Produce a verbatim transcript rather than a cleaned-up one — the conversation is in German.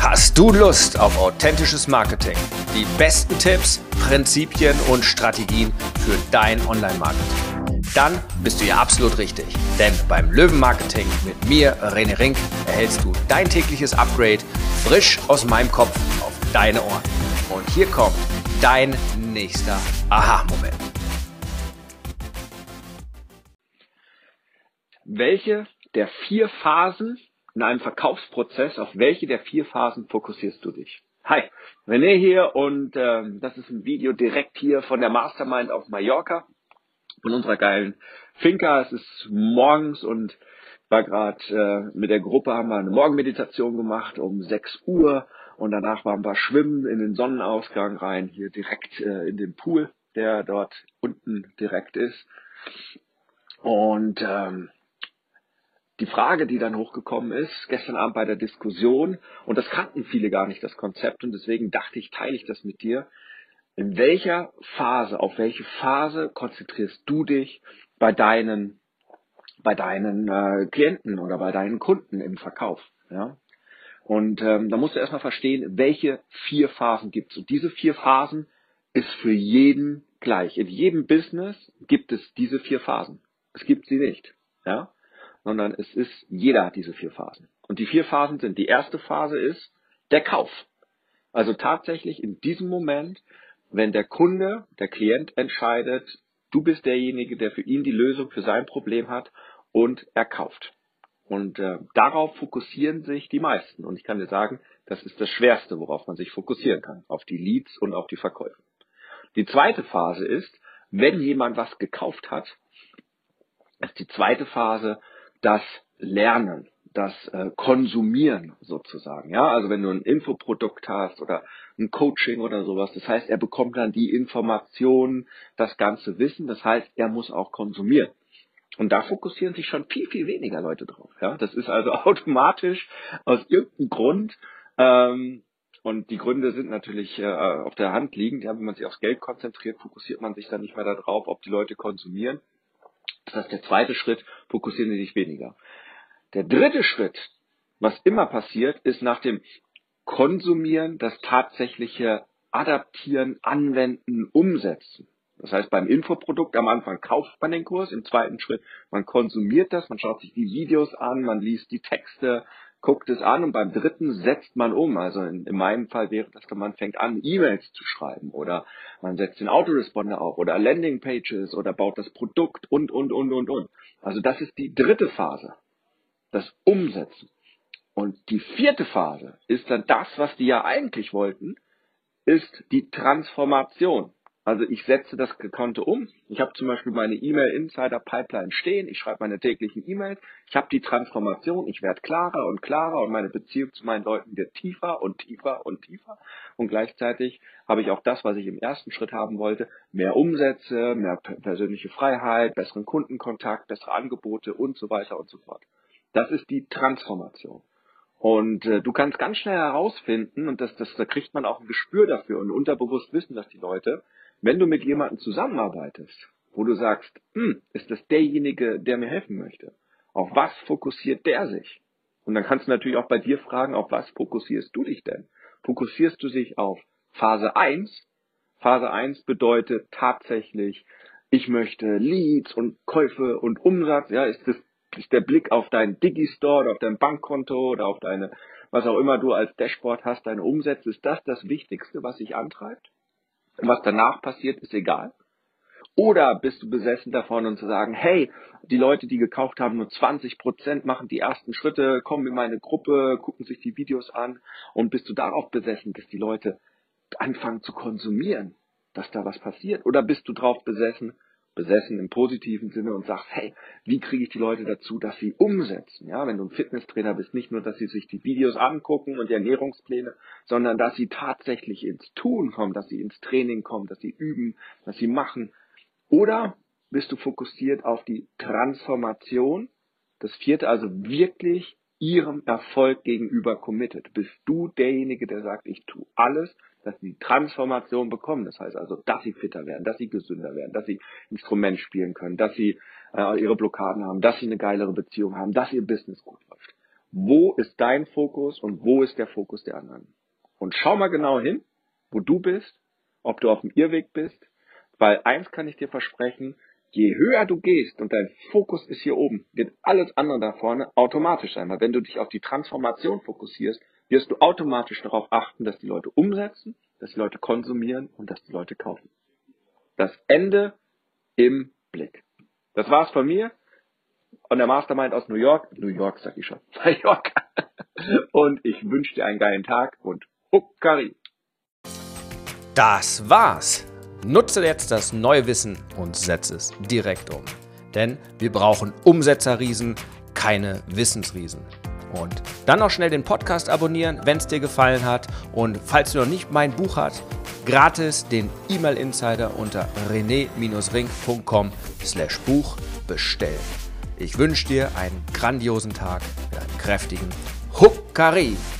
Hast du Lust auf authentisches Marketing? Die besten Tipps, Prinzipien und Strategien für dein Online-Marketing? Dann bist du hier absolut richtig. Denn beim Löwen-Marketing mit mir, René Rink, erhältst du dein tägliches Upgrade frisch aus meinem Kopf auf deine Ohren. Und hier kommt dein nächster Aha-Moment. Welche der vier Phasen in einem Verkaufsprozess, auf welche der vier Phasen fokussierst du dich? Hi, René hier und ähm, das ist ein Video direkt hier von der Mastermind auf Mallorca, von unserer geilen Finca. Es ist morgens und war gerade äh, mit der Gruppe, haben wir eine Morgenmeditation gemacht um sechs Uhr und danach waren wir schwimmen in den Sonnenausgang rein, hier direkt äh, in den Pool, der dort unten direkt ist. Und ähm, die Frage, die dann hochgekommen ist, gestern Abend bei der Diskussion, und das kannten viele gar nicht, das Konzept, und deswegen dachte ich, teile ich das mit dir. In welcher Phase, auf welche Phase konzentrierst du dich bei deinen, bei deinen äh, Klienten oder bei deinen Kunden im Verkauf? Ja? Und ähm, da musst du erstmal verstehen, welche vier Phasen gibt es. Und diese vier Phasen ist für jeden gleich. In jedem Business gibt es diese vier Phasen. Es gibt sie nicht. Ja? Sondern es ist, jeder hat diese vier Phasen. Und die vier Phasen sind, die erste Phase ist der Kauf. Also tatsächlich in diesem Moment, wenn der Kunde, der Klient entscheidet, du bist derjenige, der für ihn die Lösung für sein Problem hat und er kauft. Und äh, darauf fokussieren sich die meisten. Und ich kann dir sagen, das ist das Schwerste, worauf man sich fokussieren kann. Auf die Leads und auf die Verkäufe. Die zweite Phase ist, wenn jemand was gekauft hat, ist die zweite Phase das Lernen, das äh, Konsumieren sozusagen. Ja, also wenn du ein Infoprodukt hast oder ein Coaching oder sowas, das heißt, er bekommt dann die Informationen, das ganze Wissen, das heißt, er muss auch konsumieren. Und da fokussieren sich schon viel, viel weniger Leute drauf. Ja, das ist also automatisch aus irgendeinem Grund, ähm, und die Gründe sind natürlich äh, auf der Hand liegend. Ja, wenn man sich aufs Geld konzentriert, fokussiert man sich dann nicht mehr darauf, ob die Leute konsumieren. Das heißt, der zweite Schritt, fokussieren sie sich weniger. Der dritte Schritt, was immer passiert, ist nach dem Konsumieren das tatsächliche Adaptieren, Anwenden, Umsetzen. Das heißt, beim Infoprodukt am Anfang kauft man den Kurs, im zweiten Schritt, man konsumiert das, man schaut sich die Videos an, man liest die Texte, guckt es an und beim dritten setzt man um. Also in, in meinem Fall wäre das, man fängt an, E-Mails zu schreiben oder man setzt den Autoresponder auf oder Landingpages oder baut das Produkt und, und, und, und, und. Also das ist die dritte Phase, das Umsetzen. Und die vierte Phase ist dann das, was die ja eigentlich wollten, ist die Transformation. Also ich setze das Konto um. Ich habe zum Beispiel meine E-Mail-Insider-Pipeline stehen. Ich schreibe meine täglichen E-Mails. Ich habe die Transformation. Ich werde klarer und klarer und meine Beziehung zu meinen Leuten wird tiefer und tiefer und tiefer. Und gleichzeitig habe ich auch das, was ich im ersten Schritt haben wollte. Mehr Umsätze, mehr persönliche Freiheit, besseren Kundenkontakt, bessere Angebote und so weiter und so fort. Das ist die Transformation. Und äh, du kannst ganz schnell herausfinden, und das, das, da kriegt man auch ein Gespür dafür und unterbewusst wissen das die Leute, wenn du mit jemandem zusammenarbeitest, wo du sagst, hm, ist das derjenige, der mir helfen möchte? Auf was fokussiert der sich? Und dann kannst du natürlich auch bei dir fragen, auf was fokussierst du dich denn? Fokussierst du dich auf Phase eins? Phase eins bedeutet tatsächlich, ich möchte Leads und Käufe und Umsatz. Ja, ist das ist der Blick auf dein Digistore oder auf dein Bankkonto oder auf deine, was auch immer du als Dashboard hast, deine Umsätze, ist das das Wichtigste, was dich antreibt? Und was danach passiert, ist egal. Oder bist du besessen davon und zu sagen, hey, die Leute, die gekauft haben, nur zwanzig Prozent machen die ersten Schritte, kommen in meine Gruppe, gucken sich die Videos an und bist du darauf besessen, dass die Leute anfangen zu konsumieren, dass da was passiert? Oder bist du drauf besessen, besessen im positiven Sinne und sagst, hey, wie kriege ich die Leute dazu, dass sie umsetzen? Ja, wenn du ein Fitnesstrainer bist, nicht nur, dass sie sich die Videos angucken und die Ernährungspläne, sondern dass sie tatsächlich ins Tun kommen, dass sie ins Training kommen, dass sie üben, dass sie machen. Oder bist du fokussiert auf die Transformation? Das vierte, also wirklich ihrem Erfolg gegenüber committed. Bist du derjenige, der sagt, ich tue alles, dass sie die Transformation bekommen. Das heißt also, dass sie fitter werden, dass sie gesünder werden, dass sie Instrument spielen können, dass sie äh, ihre Blockaden haben, dass sie eine geilere Beziehung haben, dass ihr Business gut läuft. wo ist dein Fokus und wo ist der Fokus der anderen. Und schau mal genau hin, wo du bist, ob du auf dem Irrweg bist, weil eins kann ich dir versprechen, je höher du gehst und dein Fokus ist hier oben, wird alles andere da vorne automatisch sein. Weil wenn du dich auf die Transformation fokussierst, wirst du automatisch darauf achten, dass die Leute umsetzen, dass die Leute konsumieren und dass die Leute kaufen. Das Ende im Blick. Das war's von mir und der Mastermind aus New York. New York, sag ich schon. Mallorca. Und ich wünsche dir einen geilen Tag und Huckari. Das war's. Nutze jetzt das neue Wissen und setze es direkt um. Denn wir brauchen Umsetzerriesen, keine Wissensriesen. Und dann noch schnell den Podcast abonnieren, wenn es dir gefallen hat. Und falls du noch nicht mein Buch hast, gratis den E-Mail-Insider unter rene-ring punkt com slash Buch bestellen. Ich wünsche dir einen grandiosen Tag mit einem kräftigen Huckari.